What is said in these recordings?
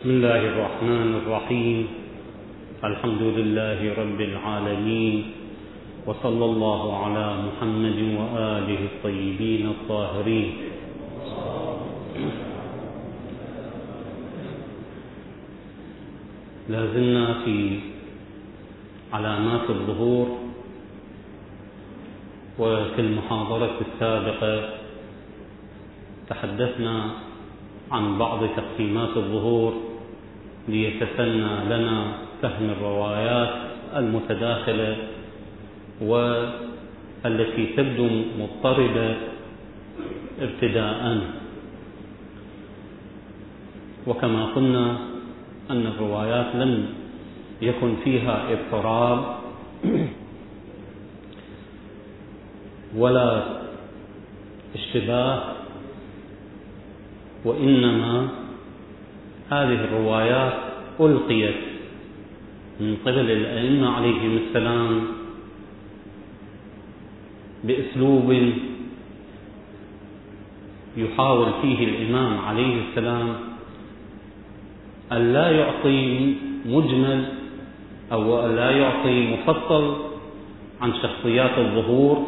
بسم الله الرحمن الرحيم. الحمد لله رب العالمين، وصلى الله على محمد وآله الطيبين الطاهرين. لازلنا في علامات الظهور، وفي المحاضرة السابقة تحدثنا عن بعض تقسيمات الظهور ليتسنى لنا فهم الروايات المتداخلة والتي تبدو مضطربة ابتداءً. وكما قلنا أن الروايات لم يكن فيها اضطراب ولا اشتباه، وإنما هذه الروايات ألقيت من قبل الأئمة عليهم السلام بأسلوب يحاول فيه الإمام عليه السلام أن لا يعطي مجمل أو لا يعطي مفصل عن شخصيات الظهور،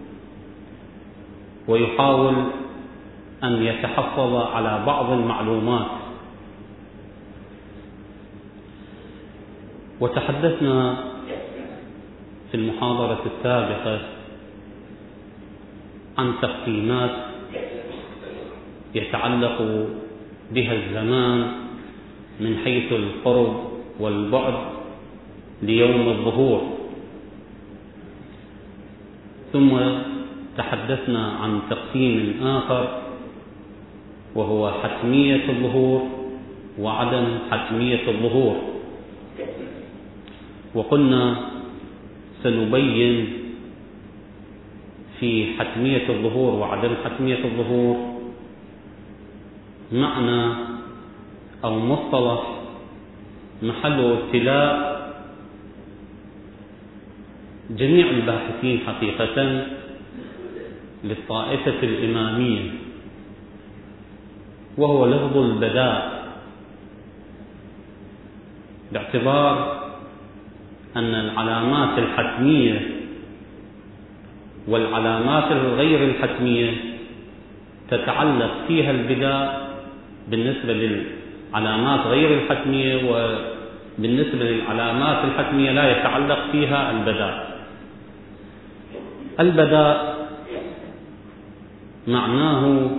ويحاول أن يتحفظ على بعض المعلومات. وتحدثنا في المحاضرة السابقة عن تقسيمات يتعلق بها الزمان من حيث القرب والبعد ليوم الظهور، ثم تحدثنا عن تقسيم آخر وهو حتمية الظهور وعدم حتمية الظهور. وقلنا سنبين في حتمية الظهور وعدم حتمية الظهور معنى أو مصطلح محله ابتلاء جميع الباحثين حقيقة للطائفة الإمامية، وهو لفظ البداء، باعتبار أن العلامات الحتمية والعلامات الغير الحتمية تتعلق فيها البداء بالنسبة للعلامات غير الحتمية، وبالنسبة للعلامات الحتمية لا يتعلق فيها البداء. البداء معناه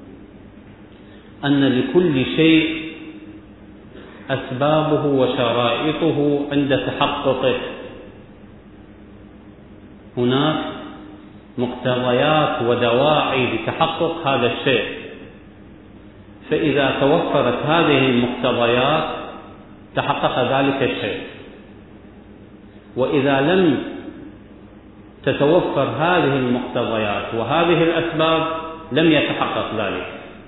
أن لكل شيء أسبابه وشرائطه عند تحققه. هناك مقتضيات ودواعي لتحقق هذا الشيء، فإذا توفرت هذه المقتضيات تحقق ذلك الشيء، وإذا لم تتوفر هذه المقتضيات وهذه الأسباب لم يتحقق ذلك.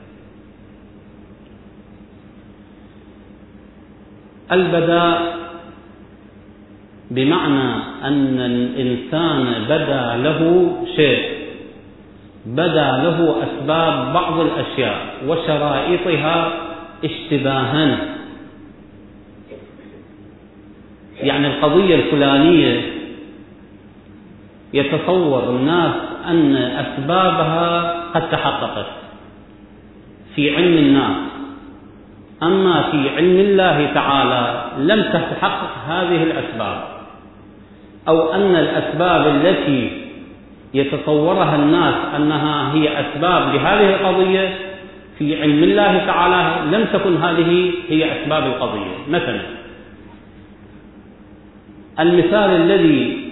البداء بمعنى أن الإنسان بدا له شيء، بدا له أسباب بعض الأشياء وشرائطها اشتباها. يعني القضية الفلانية يتصور الناس أن أسبابها قد تحققت في علم الناس، أما في علم الله تعالى لم تتحقق هذه الأسباب، أو أن الأسباب التي يتصورها الناس أنها هي أسباب لهذه القضية في علم الله تعالى لم تكن هذه هي أسباب القضية. مثلا المثال الذي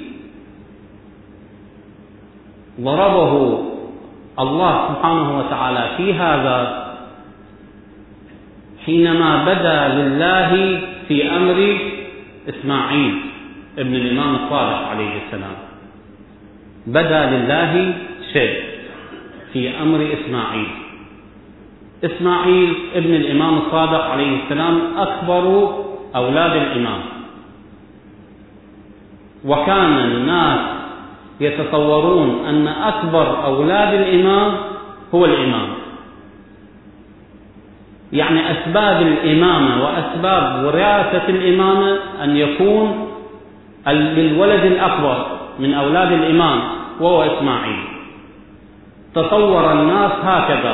ضربه الله سبحانه وتعالى في هذا حينما بدا لله في أمر إسماعيل ابن الإمام الصادق عليه السلام، بدا لله شيء في أمر إسماعيل ابن الإمام الصادق عليه السلام أكبر أولاد الإمام، وكان الناس يتصورون أن أكبر أولاد الإمام هو الإمام، يعني أسباب الإمامة وأسباب وراثة الإمامة أن يكون للولد الأكبر من أولاد الإمام وهو إسماعيل. تصور الناس هكذا،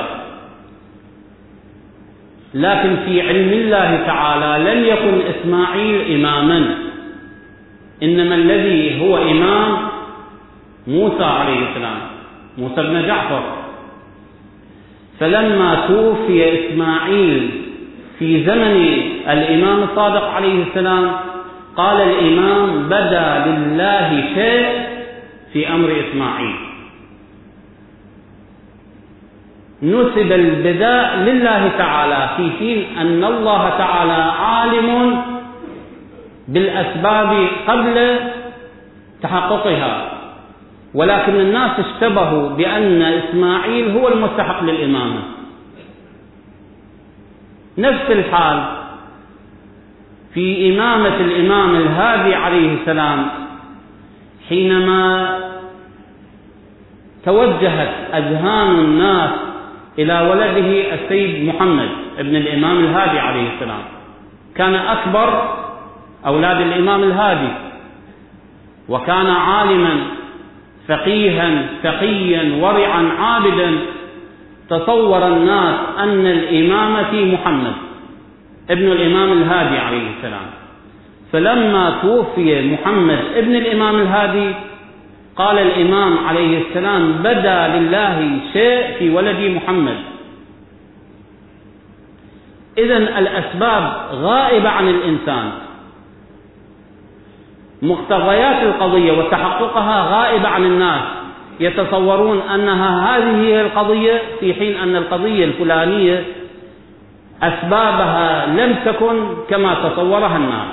لكن في علم الله تعالى لم يكن إسماعيل إماما، إنما الذي هو إمام موسى عليه السلام، موسى بن جعفر. فلما توفي إسماعيل في زمن الإمام الصادق عليه السلام قال الإمام بدا لله شيء في أمر إسماعيل، نسب البداء لله تعالى، في حين أن الله تعالى عالم بالأسباب قبل تحققها، ولكن الناس اشتبهوا بأن إسماعيل هو المستحق للإمامة. نفس الحال في إمامة الإمام الهادي عليه السلام، حينما توجهت أذهان الناس إلى ولده السيد محمد ابن الإمام الهادي عليه السلام، كان أكبر أولاد الإمام الهادي، وكان عالما فقيها تقيا ورعا عابدا. تصور الناس أن الإمام في محمد ابن الإمام الهادي عليه السلام. فلما توفي محمد ابن الإمام الهادي قال الإمام عليه السلام بدا لله شيء في ولد محمد. إذن الأسباب غائبة عن الإنسان، مقتضيات القضية وتحققها غائبة عن الناس، يتصورون أنها هذه هي القضية، في حين أن القضية الفلانية أسبابها لم تكن كما تصورها الناس.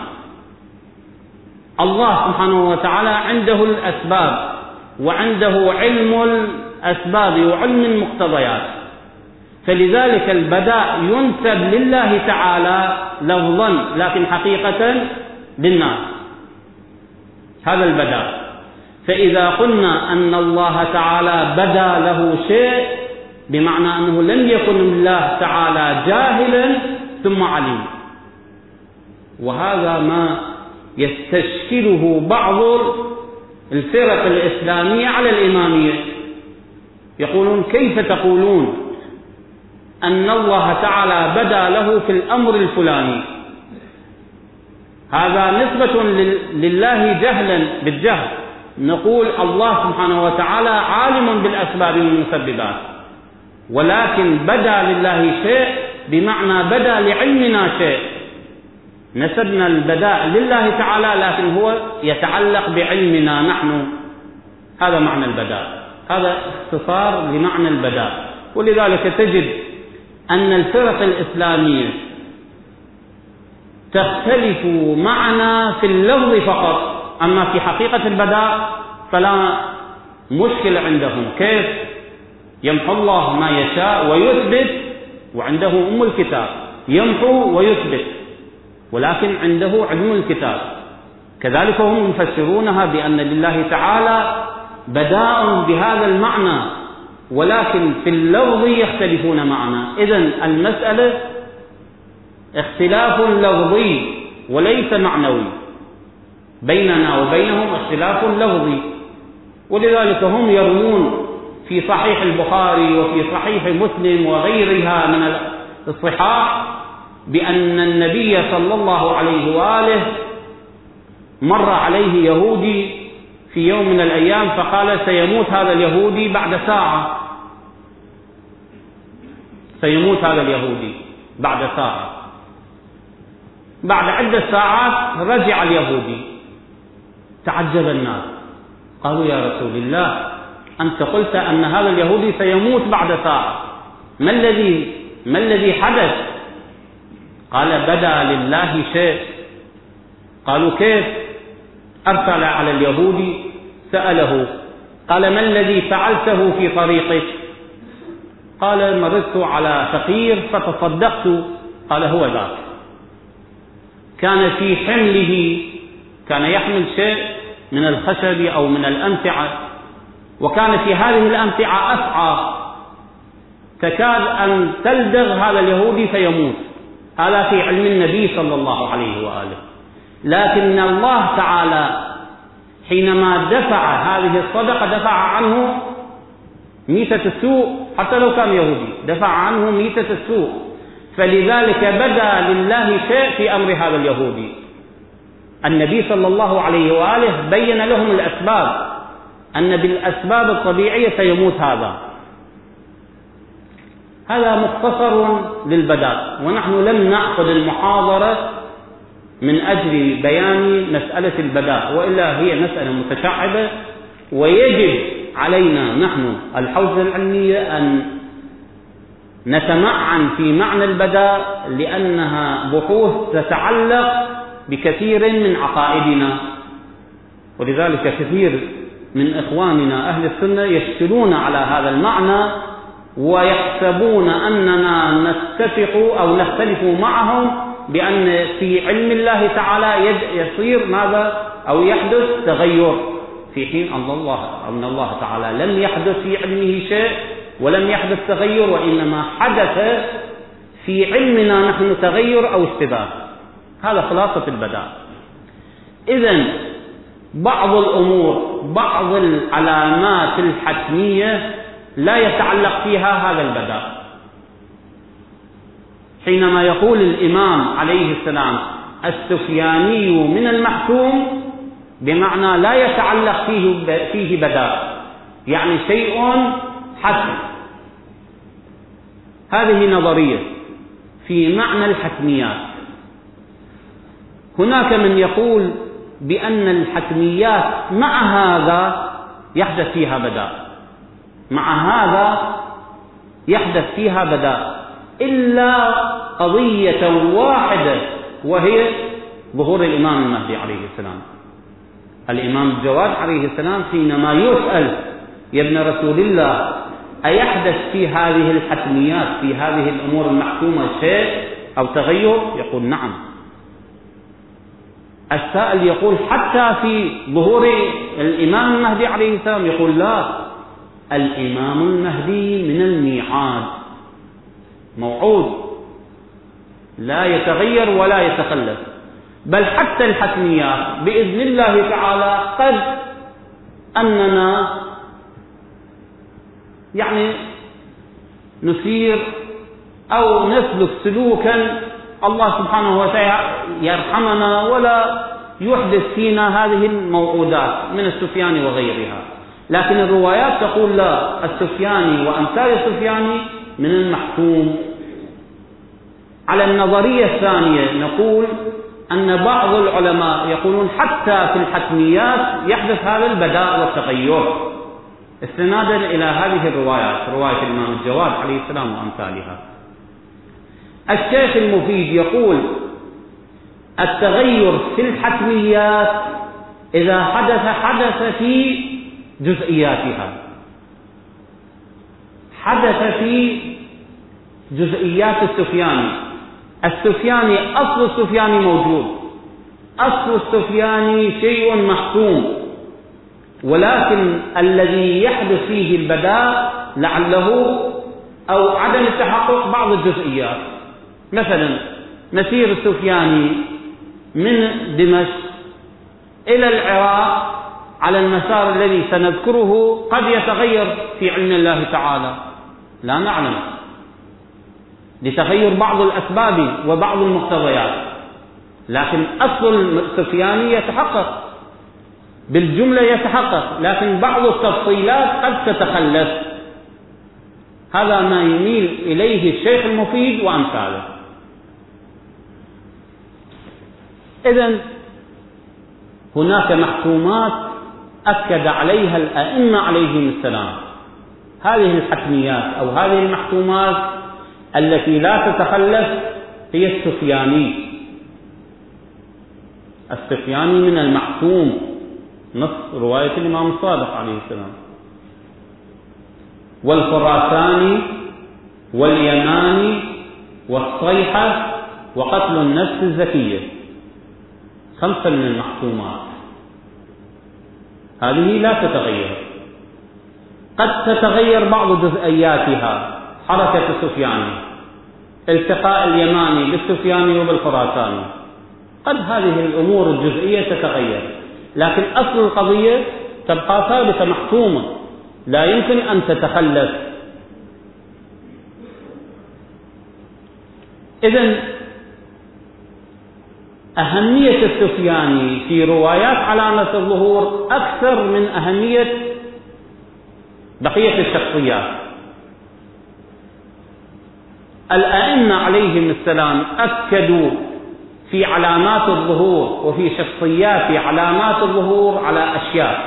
الله سبحانه وتعالى عنده الأسباب وعنده علم الأسباب وعلم المقتضيات، فلذلك البداء ينسب لله تعالى لفظا لكن حقيقة للناس، هذا البداء. فإذا قلنا أن الله تعالى بدا له شيء بمعنى أنه لم يكن الله تعالى جاهلا ثم عليم، وهذا ما يستشكله بعض الفرق الإسلامية على الإمامية. يقولون كيف تقولون أن الله تعالى بدا له في الأمر الفلاني؟ هذا نسبة لله جهلا بالجهل. نقول الله سبحانه وتعالى عالم بالأسباب والمسببات، ولكن بدا لله شيء بمعنى بدا لعلمنا شيء، نسبنا البداء لله تعالى لكن هو يتعلق بعلمنا نحن. هذا معنى البداء، هذا اختصار لمعنى البداء. ولذلك تجد أن الفرق الإسلامية تختلف معنا في اللفظ فقط، أما في حقيقة البداء فلا مشكلة عندهم. كيف يمحو الله ما يشاء ويثبت، وعنده أم الكتاب يمحو ويثبت، ولكن عنده علم الكتاب. كذلك هم يفسرونها بأن لله تعالى بداء بهذا المعنى، ولكن في اللفظ يختلفون معنا. إذن المسألة اختلاف لفظي وليس معنوي، بيننا وبينهم اختلاف لفظي. ولذلك هم يروون في صحيح البخاري وفي صحيح مسلم وغيرها من الصحاح بأن النبي صلى الله عليه وآله مر عليه يهودي في يوم من الأيام فقال سيموت هذا اليهودي بعد ساعة، سيموت هذا اليهودي بعد ساعة. بعد عدة ساعات رجع اليهودي، تعجب الناس، قالوا يا رسول الله أنت قلت أن هذا اليهودي سيموت بعد ساعة، ما الذي حدث؟ قال بدا لله شيء. قالوا كيف؟ أرسل على اليهودي سأله، قال ما الذي فعلته في طريقك؟ قال مررت على فقير فتصدقت. قال هو ذاك، كان في حمله، كان يحمل شيء من الخشب أو من الأمتعة، وكان في هذه الأمتعة أفعى، تكاد أن تلدغ هذا اليهودي فيموت. هذا في علم النبي صلى الله عليه وآله. لكن الله تعالى حينما دفع هذه الصدقة دفع عنه ميتة السوء، حتى لو كان يهودي دفع عنه ميتة السوء، فلذلك بدا لله شيء في أمر هذا اليهودي. النبي صلى الله عليه وآله بين لهم الأسباب، أن بالأسباب الطبيعية سيموت هذا. هذا مختصر للبداء، ونحن لم نأخذ المحاضرة من أجل بيان مسألة البداء، وإلا هي مسألة متشعبة، ويجب علينا نحن الحوزة العلمية أن نتمعن في معنى البداء، لأنها بحوث تتعلق بكثير من عقائدنا. ولذلك كثير من إخواننا أهل السنة يشكلون على هذا المعنى ويحسبون أننا نتفق أو نختلف معهم بأن في علم الله تعالى يصير ماذا أو يحدث تغير، في حين أن الله تعالى لم يحدث في علمه شيء ولم يحدث تغير، وإنما حدث في علمنا نحن تغير أو اشتباه. هذا خلاصة البداء. إذن بعض الأمور، بعض العلامات الحتمية لا يتعلق فيها هذا البداء. حينما يقول الإمام عليه السلام السفياني من المحكوم، بمعنى لا يتعلق فيه بداء، يعني شيء حتم. هذه نظرية في معنى الحتميات. هناك من يقول بأن الحتميات مع هذا يحدث فيها بداء، مع هذا يحدث فيها بداء، إلا قضية واحدة، وهي ظهور الإمام المهدي عليه السلام. الإمام الجواد عليه السلام حينما يسأل يا ابن رسول الله أيحدث في هذه الحتميات، في هذه الأمور المحكومة شيء أو تغير؟ يقول نعم. السائل يقول حتى في ظهور الإمام المهدي عليه السلام؟ يقول لا، الإمام المهدي من الميعاد، موعود لا يتغير ولا يتخلف. بل حتى الحتميات بإذن الله تعالى قد أننا يعني نسير أو نسلك سلوكا الله سبحانه وتعالى يرحمنا ولا يحدث فينا هذه الموعودات من السفياني وغيرها. لكن الروايات تقول لا، السفياني وأمثال السفياني من المحكوم. على النظرية الثانية نقول أن بعض العلماء يقولون حتى في الحتميات يحدث هذا البداء والتغير، استنادا إلى هذه الروايات، رواية الإمام الجواد عليه السلام وأمثالها. الشيخ المفيد يقول التغير في الحتميات إذا حدث في جزئياتها، حدث في جزئيات السفياني. السفياني أصل السفياني موجود، أصل السفياني شيء محكوم، ولكن الذي يحدث فيه البداء لعله أو عدم التحقق بعض الجزئيات. مثلا مسير السفياني من دمشق إلى العراق على المسار الذي سنذكره قد يتغير في علم الله تعالى، لا نعلم، لتغير بعض الأسباب وبعض المقتضيات، لكن أصل السفياني يتحقق، بالجملة يتحقق، لكن بعض التفصيلات قد تتخلف. هذا ما يميل إليه الشيخ المفيد وأمثاله. إذن هناك محكومات أكد عليها الأئمة عليهم السلام. هذه الحتميات أو هذه المحكومات التي لا تتخلف هي السفياني. السفياني من المحكوم، نص رواية الإمام الصادق عليه السلام. والخراساني واليماني والصيحة وقتل النفس الزكية، 5 من المحكومات. هذه لا تتغير، قد تتغير بعض جزئياتها، حركة السفياني، التقاء اليماني بالسفياني وبالخراساني، قد هذه الأمور الجزئية تتغير، لكن أصل القضية تبقى ثابتة محكومة لا يمكن أن تتخلف. إذن أهمية السفياني في روايات علامة الظهور أكثر من أهمية بقية الشخصيات. الأئمة عليهم السلام أكدوا في علامات الظهور وفي شخصيات علامات الظهور على أشياء.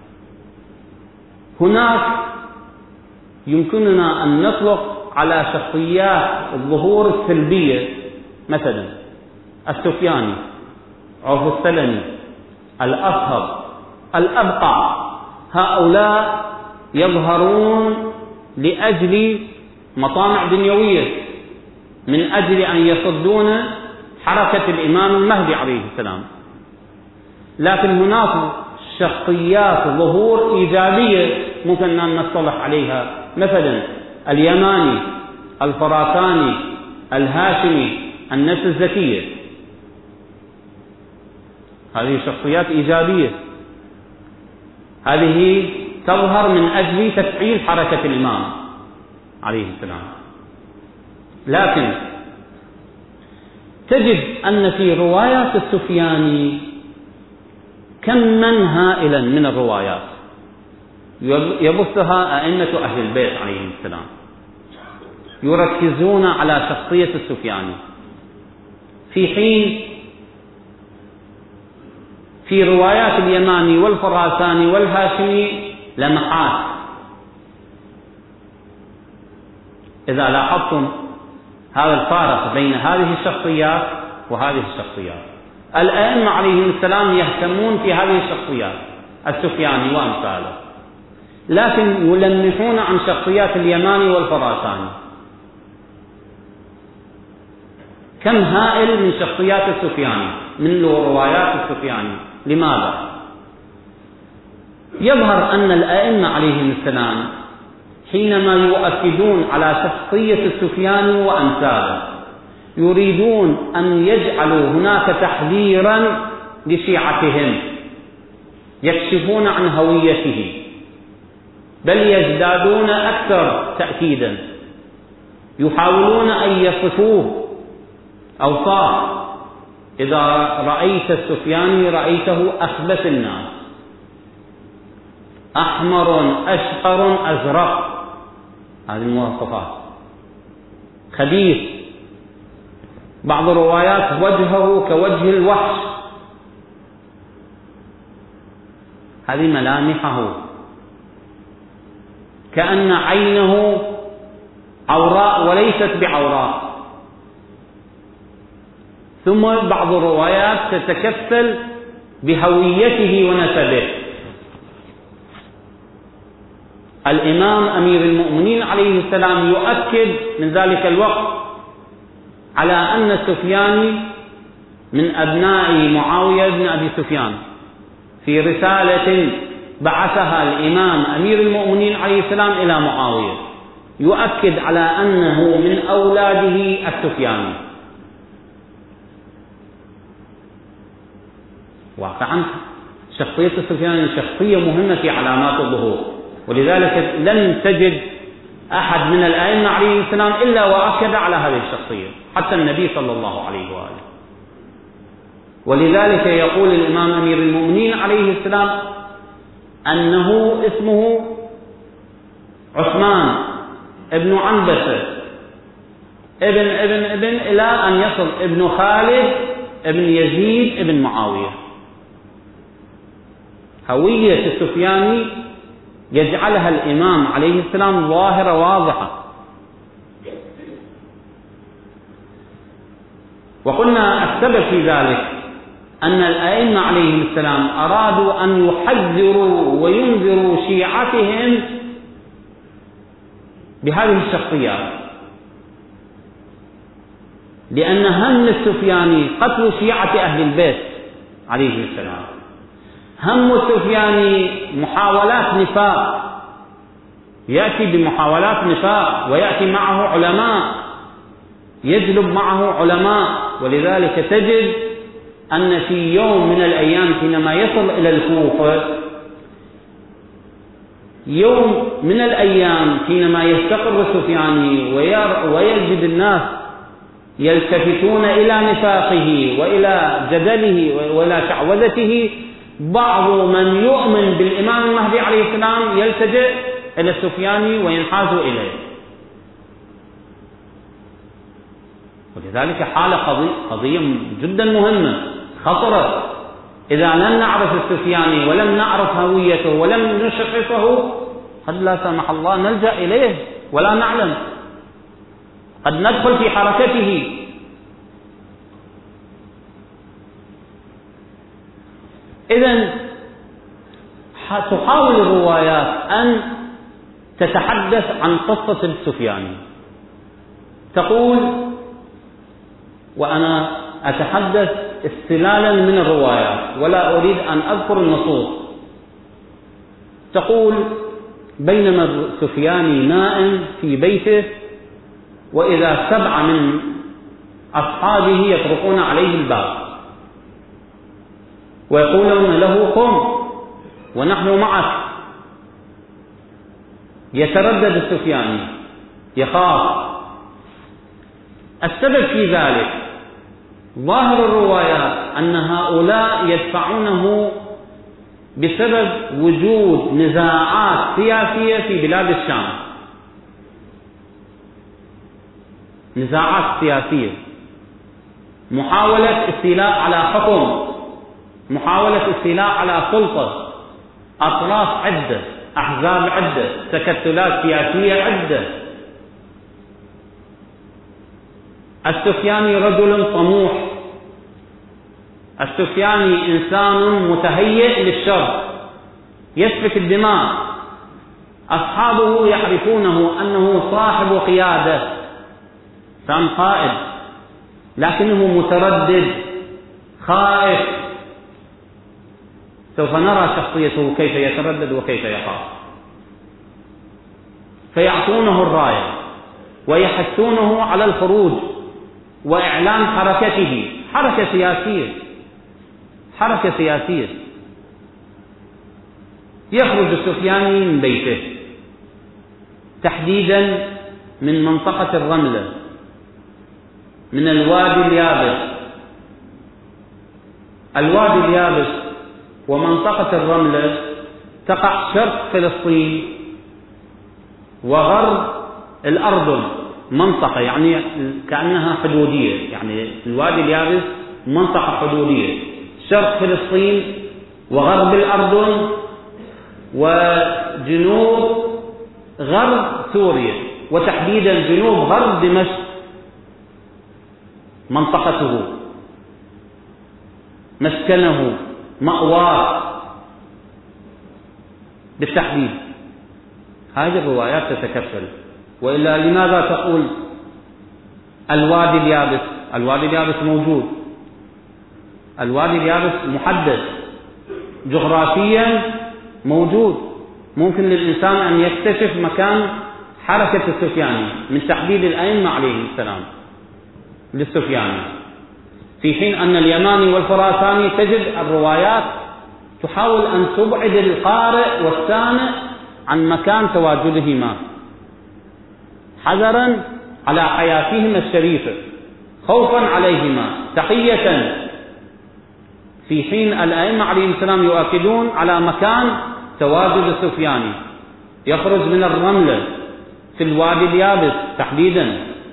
هناك يمكننا أن نطلق على شخصيات الظهور السلبية، مثلا السفياني، عوف السلمي، الأصهب، الأبقع، هؤلاء يظهرون لأجل مطامع دنيوية، من أجل أن يصدون حركة الإمام المهدي عليه السلام. لكن هناك شخصيات ظهور إيجابية ممكن أن نصطلح عليها، مثلا اليماني، الخراساني، الهاشمي، النفس الزكية، هذه شخصيات إيجابية، هذه تظهر من أجل تفعيل حركة الإمام عليه السلام. لكن تجد أن في روايات السفياني كما هائلا من الروايات يبثها أئمة أهل البيت عليهم السلام، يركزون على شخصية السفياني، في حين في روايات اليماني والخراساني والهاشمي لمحات. إذا لاحظتم هذا الفارق بين هذه الشخصيات وهذه الشخصيات، الأئمة عليهم السلام يهتمون في هذه الشخصيات السفياني وأمثاله، لكن يلمحون عن شخصيات اليماني والخراساني. كم هائل من شخصيات السفياني، من روايات السفياني. لماذا؟ يظهر أن الأئمة عليهم السلام حينما يؤكدون على شخصية السفياني وأمثاله يريدون أن يجعلوا هناك تحذيرا لشيعتهم، يكشفون عن هويته، بل يزدادون أكثر تأكيدا، يحاولون أن يصفوه أوصاف. إذا رأيت السفياني رأيته أخبث الناس، أحمر أشقر أزرق، هذه المواصفات، خبيث. بعض الروايات وجهه كوجه الوحش، هذه ملامحه، كأن عينه عوراء وليست بعوراء. ثم بعض الروايات تتكفل بهويته ونسبه. الإمام أمير المؤمنين عليه السلام يؤكد من ذلك الوقت على أن السفياني من أبناء معاوية بن أبي سفيان، في رسالة بعثها الإمام أمير المؤمنين عليه السلام إلى معاوية يؤكد على أنه من أولاده السفياني. واقعا شخصية السفياني شخصية مهمة في علامات الظهور، ولذلك لن تجد أحد من الأئمة عليه السلام إلا وأكد على هذه الشخصية، حتى النبي صلى الله عليه وآله. ولذلك يقول الإمام أمير المؤمنين عليه السلام أنه اسمه عثمان ابن عنبسة ابن إلى أن يصل ابن خالد ابن يزيد ابن معاوية. هوية السفياني يجعلها الإمام عليه السلام ظاهرة واضحة. وقلنا السبب في ذلك أن الأئمة عليهم السلام أرادوا أن يحذروا وينذروا شيعتهم بهذه الشخصيات، لأن هم السفياني قتل شيعة أهل البيت عليه السلام، هم السفياني محاولات نفاق يأتي بمحاولات نفاق، ويأتي معه علماء، يجلب معه علماء. ولذلك تجد أن في يوم من الأيام حينما يصل إلى الكوفة، يوم من الأيام حينما يستقر السفياني ويجد الناس يلتفتون إلى نفاقه وإلى جدله وإلى شعوذته، بعض من يؤمن بالإمام المهدي عليه السلام يلتجئ إلى السفياني وينحاز إليه. ولذلك حالة قضية جدا مهمة خطرة. إذا لم نعرف السفياني ولم نعرف هويته ولم نشخصه، قد لا سمح الله نلجأ إليه ولا نعلم، قد ندخل في حركته. إذن تحاول الروايات أن تتحدث عن قصة السفياني، تقول، وأنا أتحدث استلالا من الروايات ولا أريد أن أذكر النصوص، تقول: بينما السفياني نائم في بيته، وإذا 7 من أصحابه يطرقون عليه الباب ويقولون له: قم ونحن معك. يتردد السفياني، يخاف. السبب في ذلك ظاهر الروايات أن هؤلاء يدفعونه بسبب وجود نزاعات سياسية في بلاد الشام، نزاعات سياسية، محاولة استيلاء على حكم، محاولة استيلاء على سلطة، أطراف عدة، أحزاب عدة، تكتلات سياسية عدة. السفياني رجل طموح، السفياني إنسان متهيئ للشر، يسفك الدماء. أصحابه يعرفونه أنه صاحب قيادة، كان قائد، لكنه متردد خائف. سوف نرى شخصيته كيف يتردد وكيف يخاف. فيعطونه الراية ويحثونه على الخروج وإعلان حركته، حركة سياسية، حركة سياسية. يخرج السفياني من بيته، تحديدا من منطقة الرملة، من الوادي اليابس. الوادي اليابس ومنطقة الرملة تقع شرق فلسطين وغرب الأردن، منطقة يعني كأنها حدودية، يعني الوادي اليابس منطقة حدودية، شرق فلسطين وغرب الأردن وجنوب غرب سوريا، وتحديدا جنوب غرب دمشق منطقته، مسكنه، مأواه بالتحديد. هذه الروايات تتكفل. وإلا لماذا تقول الوادي اليابس؟ الوادي اليابس موجود، الوادي اليابس محدد جغرافيا، موجود. ممكن للإنسان أن يكتشف مكان حركة السفياني من تحديد الأئمة عليه السلام للسفياني، في حين أن اليماني والخراساني تجد الروايات تحاول أن تبعد القارئ والسامع عن مكان تواجدهما، حذرا على حياتهما الشريفة، خوفا عليهما، تقية. في حين الأئمة عليهم السلام يؤكدون على مكان تواجد السفياني، يخرج من الرملة في الوادي اليابس تحديدا،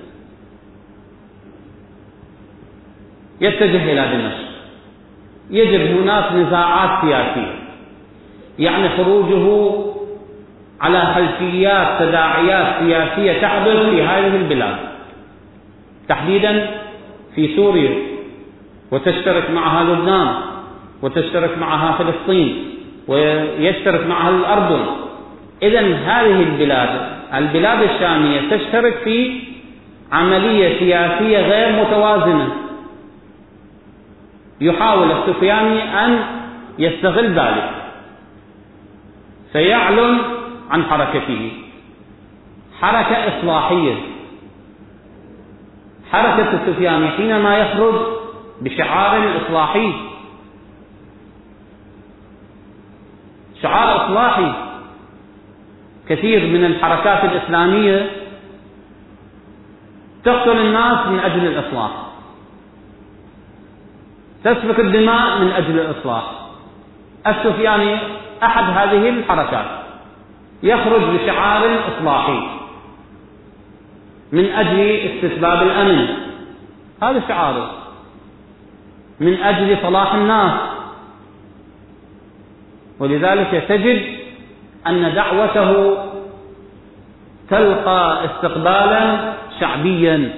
يتجه إلى دمشق. يجب هناك نزاعات سياسية، يعني خروجه على خلفيات تداعيات سياسية تحدث في هذه البلاد، تحديدا في سوريا، وتشترك معها لبنان، وتشترك معها فلسطين، ويشترك معها الأردن. إذن هذه البلاد الشامية تشترك في عملية سياسية غير متوازنة. يحاول السفياني أن يستغل ذلك، فيعلن عن حركته حركة إصلاحية. حركة السفياني حينما يخرج بشعار إصلاحي، شعار إصلاحي، كثير من الحركات الإسلامية تقتل الناس من أجل الإصلاح، تسفك الدماء من أجل الإصلاح. السفياني أحد هذه الحركات، يخرج بشعار إصلاحي من أجل استتباب الأمن، هذا شعاره، من أجل صلاح الناس. ولذلك تجد أن دعوته تلقى استقبالا شعبيا،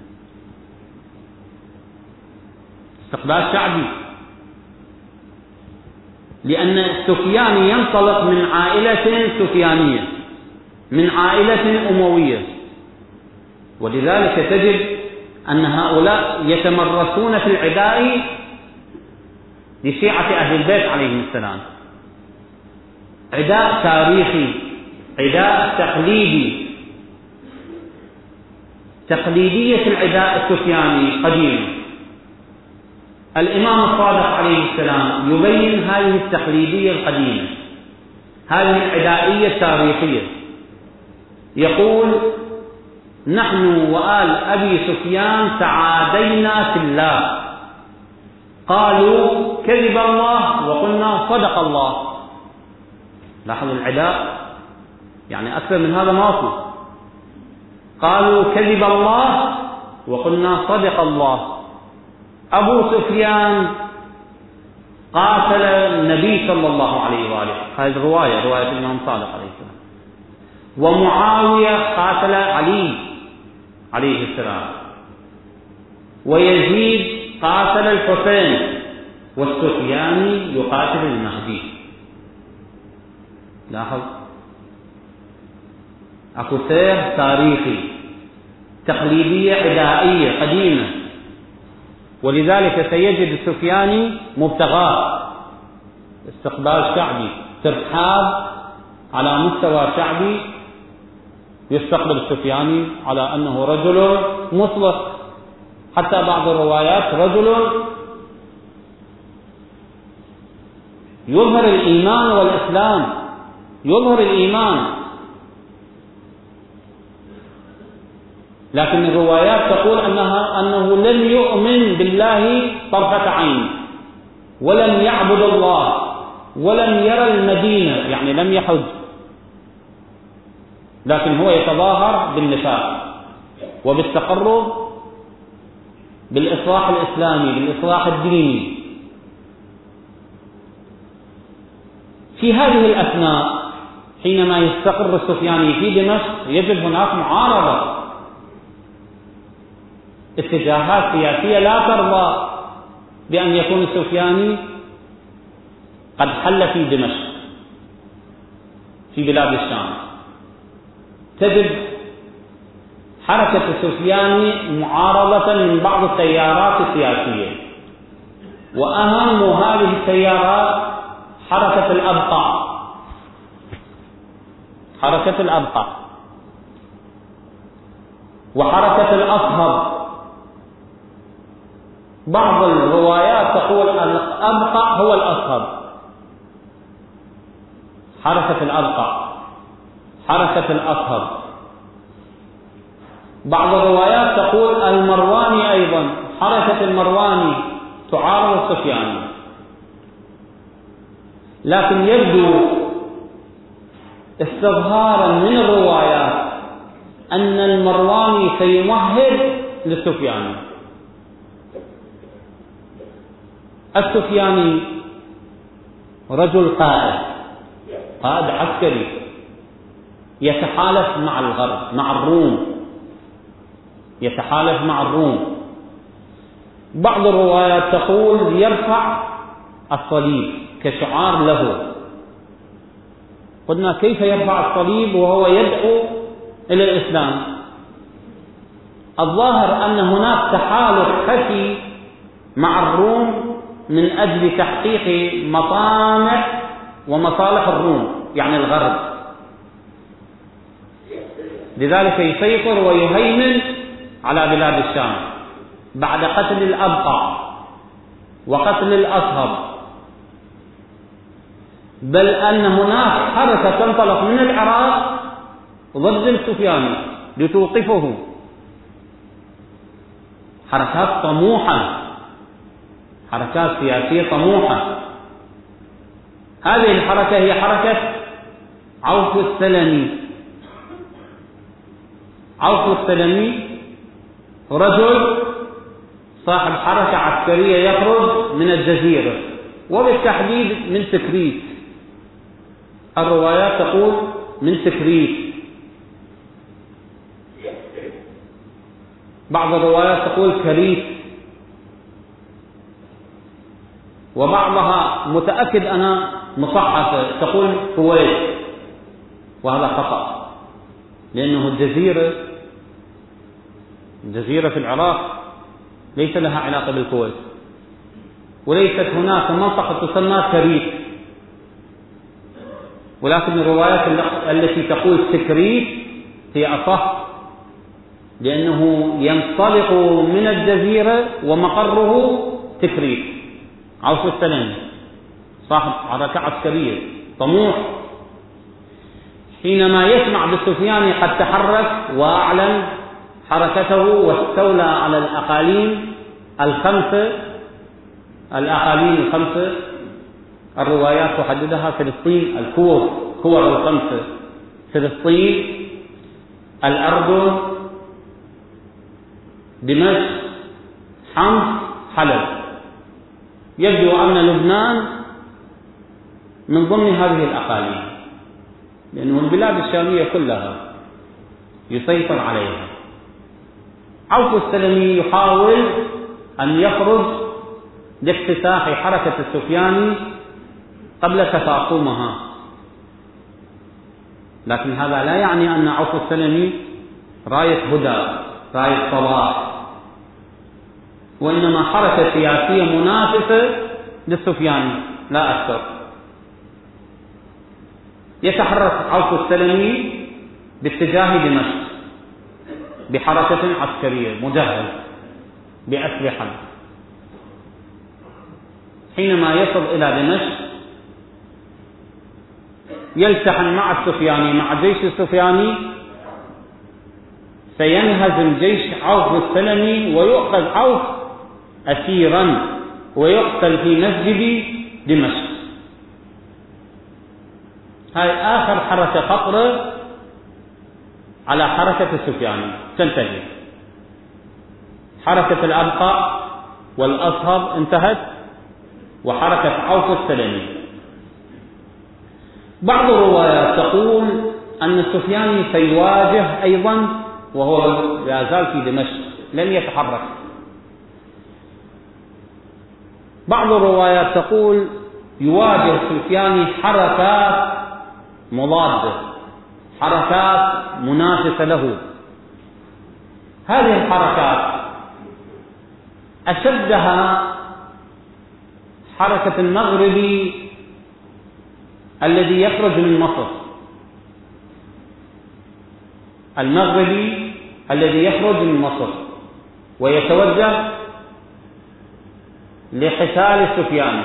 استقبال شعبي، لأن السفياني ينطلق من عائلة سفيانية، من عائلة أموية. ولذلك تجد أن هؤلاء يتمرسون في العداء لشيعة أهل البيت عليهم السلام، عداء تاريخي، عداء تقليدي. تقليدية العداء السفياني قديم. الإمام الصادق عليه السلام يبين هذه التقليدية القديمة، هذه العدائية التاريخية. يقول: نحن وآل أبي سفيان تعادينا في الله، قالوا كذب الله وقلنا صدق الله. لاحظوا العداء، يعني أكثر من هذا ماكو. قالوا كذب الله وقلنا صدق الله. أبو سفيان قاتل النبي صلى الله عليه وآله، هذه الرواية، رواية الإمام صادق عليه السلام. ومعاوية قاتل علي عليه السلام، ويزيد قاتل الحسين، والسفياني يقاتل المهدي. لاحظ، اكو سير تاريخي، تقليدية عدائية قديمة. ولذلك سيجد السفياني مبتغاه استقبال شعبي، ترحاب على مستوى شعبي، يستقبل السفياني على أنه رجل مصلح. حتى بعض الروايات رجل يظهر الإيمان والإسلام، يظهر الإيمان. لكن الروايات تقول أنه لم يؤمن بالله طرفة عين، ولم يعبد الله، ولم يرى المدينة، يعني لم يحج، لكن هو يتظاهر بالنفاق وبالتقرب، بالإصلاح الإسلامي، بالإصلاح الديني. في هذه الأثناء حينما يستقر السفياني في دمشق يجد هناك معارضة، اتجاهات سياسية لا ترضى بأن يكون السفياني قد حل في دمشق في بلاد الشام. تجد حركة السفياني معارضة من بعض التيارات السياسية، وأهم هذه التيارات حركة الأبقى، حركة الأبقى وحركة الأصهب. بعض الروايات تقول الأبقى هو الأصهب، حركة الأبقى، حركة الأصهب. بعض الروايات تقول المرواني أيضا، حركة المرواني تعارض السفياني. لكن يبدو استظهارا من الروايات أن المرواني سيمهد للسفياني. السفياني رجل قائد، قائد عسكري، يتحالف مع الغرب، مع الروم، يتحالف مع الروم. بعض الروايات تقول يرفع الصليب كشعار له. قلنا كيف يرفع الصليب وهو يدعو إلى الإسلام؟ الظاهر أن هناك تحالف خفي مع الروم من أجل تحقيق مطامح ومصالح الروم، يعني الغرب. لذلك يسيطر ويهيمن على بلاد الشام بعد قتل الأبقع وقتل الأصهب، بل أن هناك حركة تنطلق من العراق ضد السفياني لتوقفه، حركات طموحة، حركات سياسية طموحة. هذه الحركة هي حركة عوف السلمي. عوف السلمي رجل صاحب حركة عسكرية يخرج من الجزيرة وبالتحديد من تكريت. الروايات تقول من تكريت، بعض الروايات تقول كريت، وبعضها متأكد أنا مصححة تقول كويت، وهذا خطأ، لأنه الجزيرة في العراق ليس لها علاقة بالكويت، وليست هناك منطقة تسمى كريت، ولكن الروايات التي تقول تكريت هي أصح، لأنه ينطلق من الجزيرة ومقره تكريت. عوف السلمي صاحب حركة عسكرية طموح، حينما يسمع بالسفياني قد تحرك وأعلن حركته واستولى على الأقاليم الخمسة، الروايات تحددها فلسطين، الكور الخمسة، فلسطين، الأردن، دمشق، حمص، حلب. يبدو أن لبنان من ضمن هذه الأقاليم، لأنه البلاد الشامية كلها يسيطر عليها. عوف السلمي يحاول أن يخرج لافتتاح حركة السفياني قبل تفاقمها، لكن هذا لا يعني أن عوف السلمي راية هدى، راية صلاح، وإنما حركة سياسية منافسة للسفياني لا أكثر. يتحرك عوف السلمي باتجاه دمشق بحركة عسكرية مجهز بأسلحة. حينما يصل إلى دمشق يلتحم مع السفياني، مع جيش السفياني، سينهزم جيش عوف السلمي ويؤخذ عوف أسيرا ويقتل في مسجد دمشق. هاي آخر حركة خطرة على حركة السفياني تنتهي. حركة الأبقع والأصهب انتهت، وحركة عوف السلمي. بعض الروايات تقول أن السفياني سيواجه أيضا وهو لا زال في دمشق لن يتحرك. بعض الروايات تقول يواجه السفياني حركات مضادة، حركات منافسة له. هذه الحركات أشدها حركة المغربي الذي يخرج من مصر، المغربي الذي يخرج من مصر ويتوجه لحصار السفياني.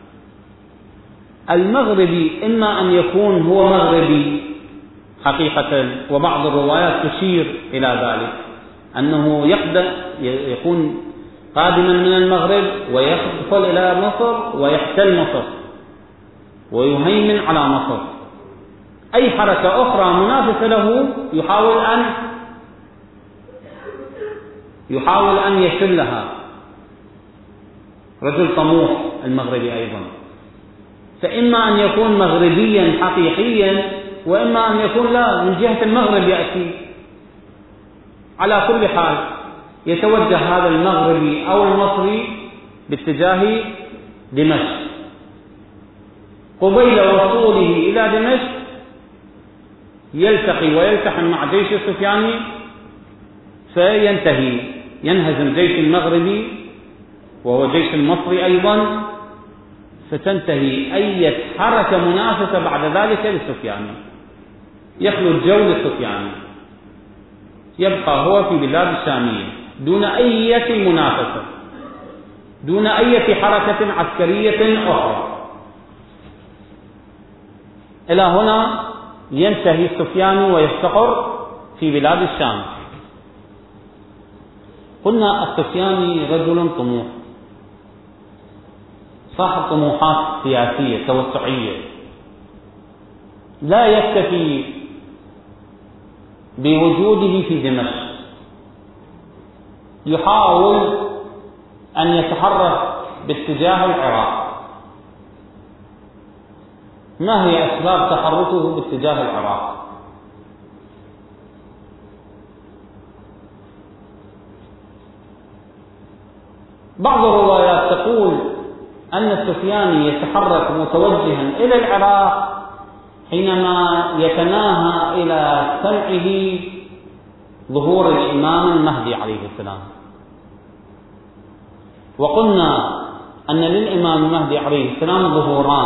المغربي إما أن يكون هو مغربي حقيقة، وبعض الروايات تشير إلى ذلك، أنه يكون قادما من المغرب ويدخل إلى مصر ويحتل مصر ويهيمن على مصر. أي حركة أخرى منافسة له يحاول أن يشلها. رجل طموح المغربي أيضا، فإما أن يكون مغربيا حقيقيا، وإما أن يكون لا، من جهة المغرب يأتي. على كل حال يتوجه هذا المغربي أو المصري باتجاه دمشق. قبيل وصوله إلى دمشق يلتقي ويلتحم مع جيش السفياني، فينتهي، ينهزم جيش المغربي وهو جيش المصري أيضا، فتنتهي أي حركة منافسة بعد ذلك للسفياني، يخلو الجو للسفياني. يبقى هو في بلاد الشامية دون أي منافسة، دون أي حركة عسكرية أخرى. إلى هنا ينتهي السفياني ويستقر في بلاد الشام. قلنا السفياني رجل طموح، صاحب طموحات سياسية توسعية، لا يكتفي بوجوده في دمشق، يحاول أن يتحرك باتجاه العراق. ما هي أسباب تحركه باتجاه العراق؟ بعض الروايات تقول أن السفياني يتحرك متوجها إلى العراق حينما يتناهى إلى سمعه ظهور الإمام المهدي عليه السلام. وقلنا أن للإمام المهدي عليه السلام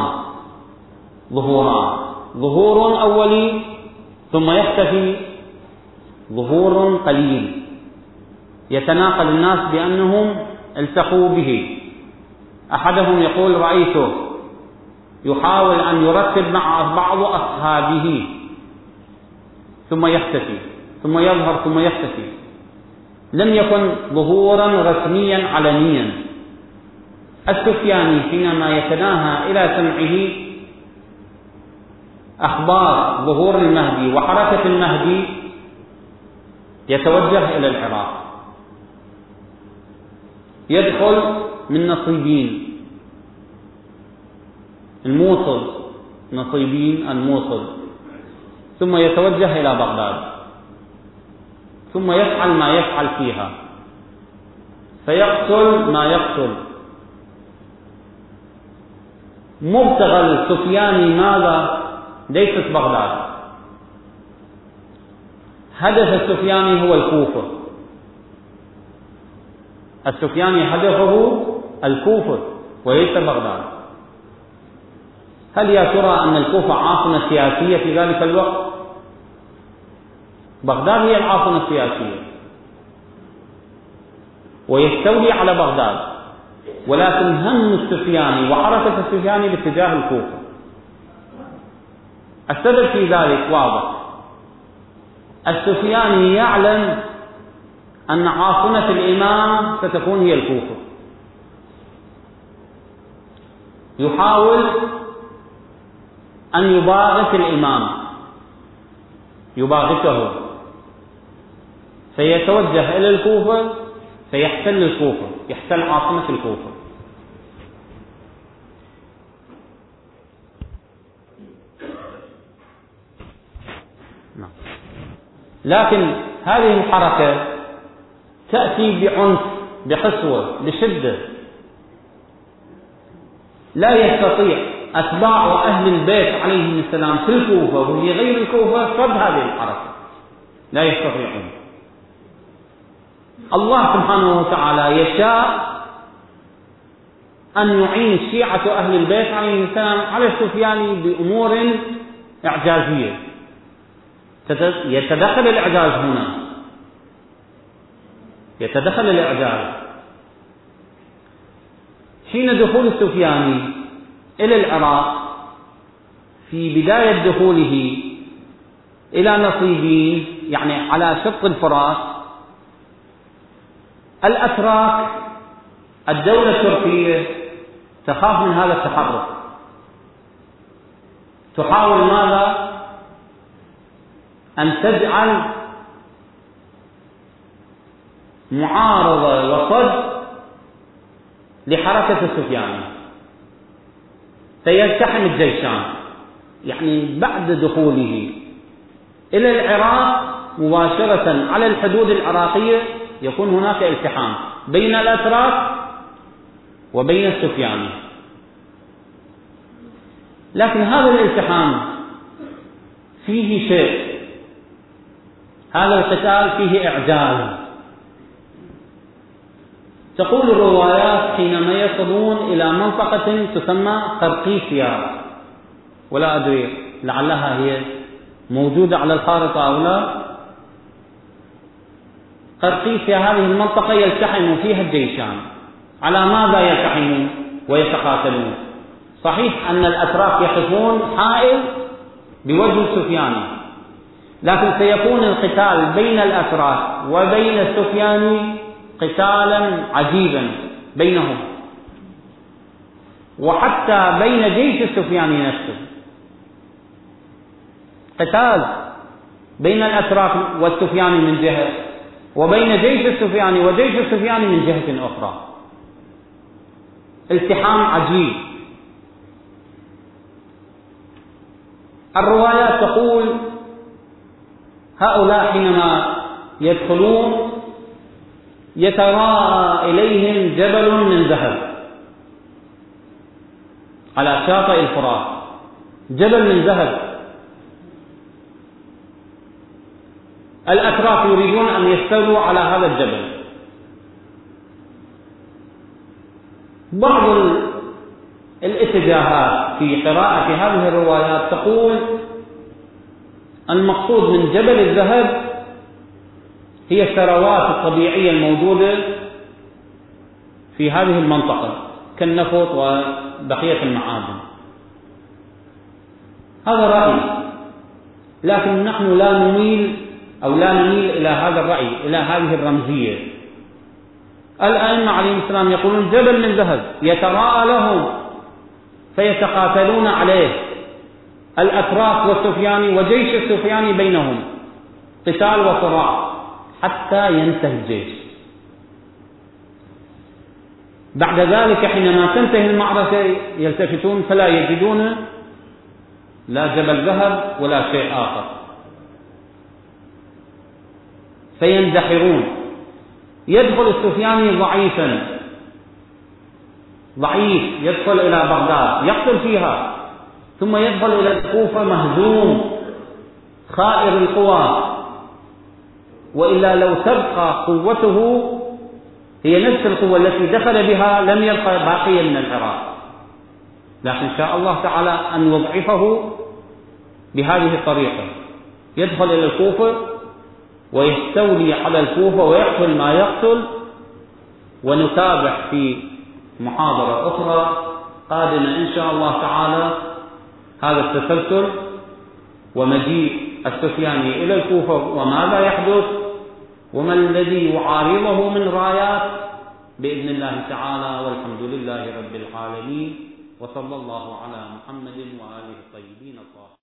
ظهور أولي ثم يختفي ظهور قليل، يتناقل الناس بأنهم التقوا به. أحدهم يقول رأيته يحاول أن يرتب مع بعض أصحابه ثم يختفي، ثم يظهر ثم يختفي. لم يكن ظهورا رسميا علنيا. السفياني حينما يتناهى إلى سمعه أخبار ظهور المهدي وحركة المهدي يتوجه إلى العراق، يدخل من نصيبين الموصل، ثم يتوجه إلى بغداد، ثم يفعل ما يفعل فيها، فيقتل ما يقتل. مبتغى السفياني ماذا؟ ليست بغداد. هدف السفياني هو الكوفة. السفياني هدفه الكوفة وليس بغداد. هل يا ترى أن الكوفة عاصمة سياسية في ذلك الوقت؟ بغداد هي العاصمة السياسية ويستولي على بغداد، ولكن هم السفياني وحركة السفياني باتجاه الكوفة. السبب في ذلك واضح. السفياني يعلم أن عاصمة الإمام ستكون هي الكوفة، يحاول أن يباغت الإمام، يباغته، فيتوجه إلى الكوفة، فيحتل الكوفة، يحتل عاصمة الكوفة. لكن هذه الحركة تأتي بعنف، بقسوة، بشدة. لا يستطيع أتباع أهل البيت عليهم السلام في الكوفة وفي غير الكوفة صد هذه الحركة، لا يستطيعون. الله سبحانه وتعالى يشاء أن يعين شيعة أهل البيت عليهم السلام على السفياني بأمور إعجازية. يتدخل الإعجاز هنا، يتدخل الإعجاز حين دخول السفياني إلى العراق. في بداية دخوله إلى نصيبين، يعني على شط الفرات، الأتراك، الدولة التركية تخاف من هذا التحرك، تحاول ماذا؟ أن تجعل معارضة وصد لحركة السفياني، فيلتحم الجيشان. يعني بعد دخوله إلى العراق مباشرة على الحدود العراقية يكون هناك التحام بين الأتراك وبين السفياني. لكن هذا الالتحام فيه شيء، هذا القتال فيه إعجاز. تقول الروايات حينما يصلون إلى منطقة تسمى قرقيسيا، ولا أدري لعلها هي موجودة على الخارطة أو لا، قرقيس في هذه المنطقة يلتحم فيها الجيشان. على ماذا يلتحمون ويتقاتلون؟ صحيح أن الأتراك يقفون حائل بوجه السفياني، لكن سيكون القتال بين الأتراك وبين السفياني قتالا عجيبا بينهم، وحتى بين جيش السفياني نفسه قتال بين الأتراك والسفياني من جهة، وبين جيش السفياني وجيش السفياني من جهة أخرى. التحام عجيب. الروايات تقول هؤلاء حينما يدخلون يتراءى إليهم جبل من ذهب على شاطئ الفرات، جبل من ذهب. الأتراك يريدون أن يستولوا على هذا الجبل. بعض الاتجاهات في قراءة هذه الروايات تقول المقصود من جبل الذهب هي الثروات الطبيعية الموجودة في هذه المنطقة كالنفط وبقية المعادن. هذا رأي، لكن نحن لا نميل إلى هذا الرأي، إلى هذه الرمزية. الأئمة عليهم السلام يقولون جبل من ذهب يتراءى لهم فيتقاتلون عليه الأتراك والسفياني وجيش السفياني بينهم قتال وصراع حتى ينتهي الجيش. بعد ذلك حينما تنتهي المعركة يلتفتون فلا يجدون لا جبل ذهب ولا شيء آخر، فيندحرون. يدخل السفياني ضعيف يدخل إلى بغداد يقتل فيها، ثم يدخل إلى الكوفة مهزوم خائر القوى، وإلا لو تبقى قوته هي نفس القوة التي دخل بها لم يبقى باقيا من العراق، لكن شاء الله تعالى أن يضعفه بهذه الطريقة. يدخل إلى الكوفة ويستولي على الكوفة ويقتل ما يقتل. ونتابع في محاضرة أخرى قادمة إن شاء الله تعالى هذا التسلسل ومجيء السفياني إلى الكوفة وماذا يحدث وما الذي يعارضه من رايات بإذن الله تعالى. والحمد لله رب العالمين، وصلى الله على محمد وآله الطيبين الطاهرين.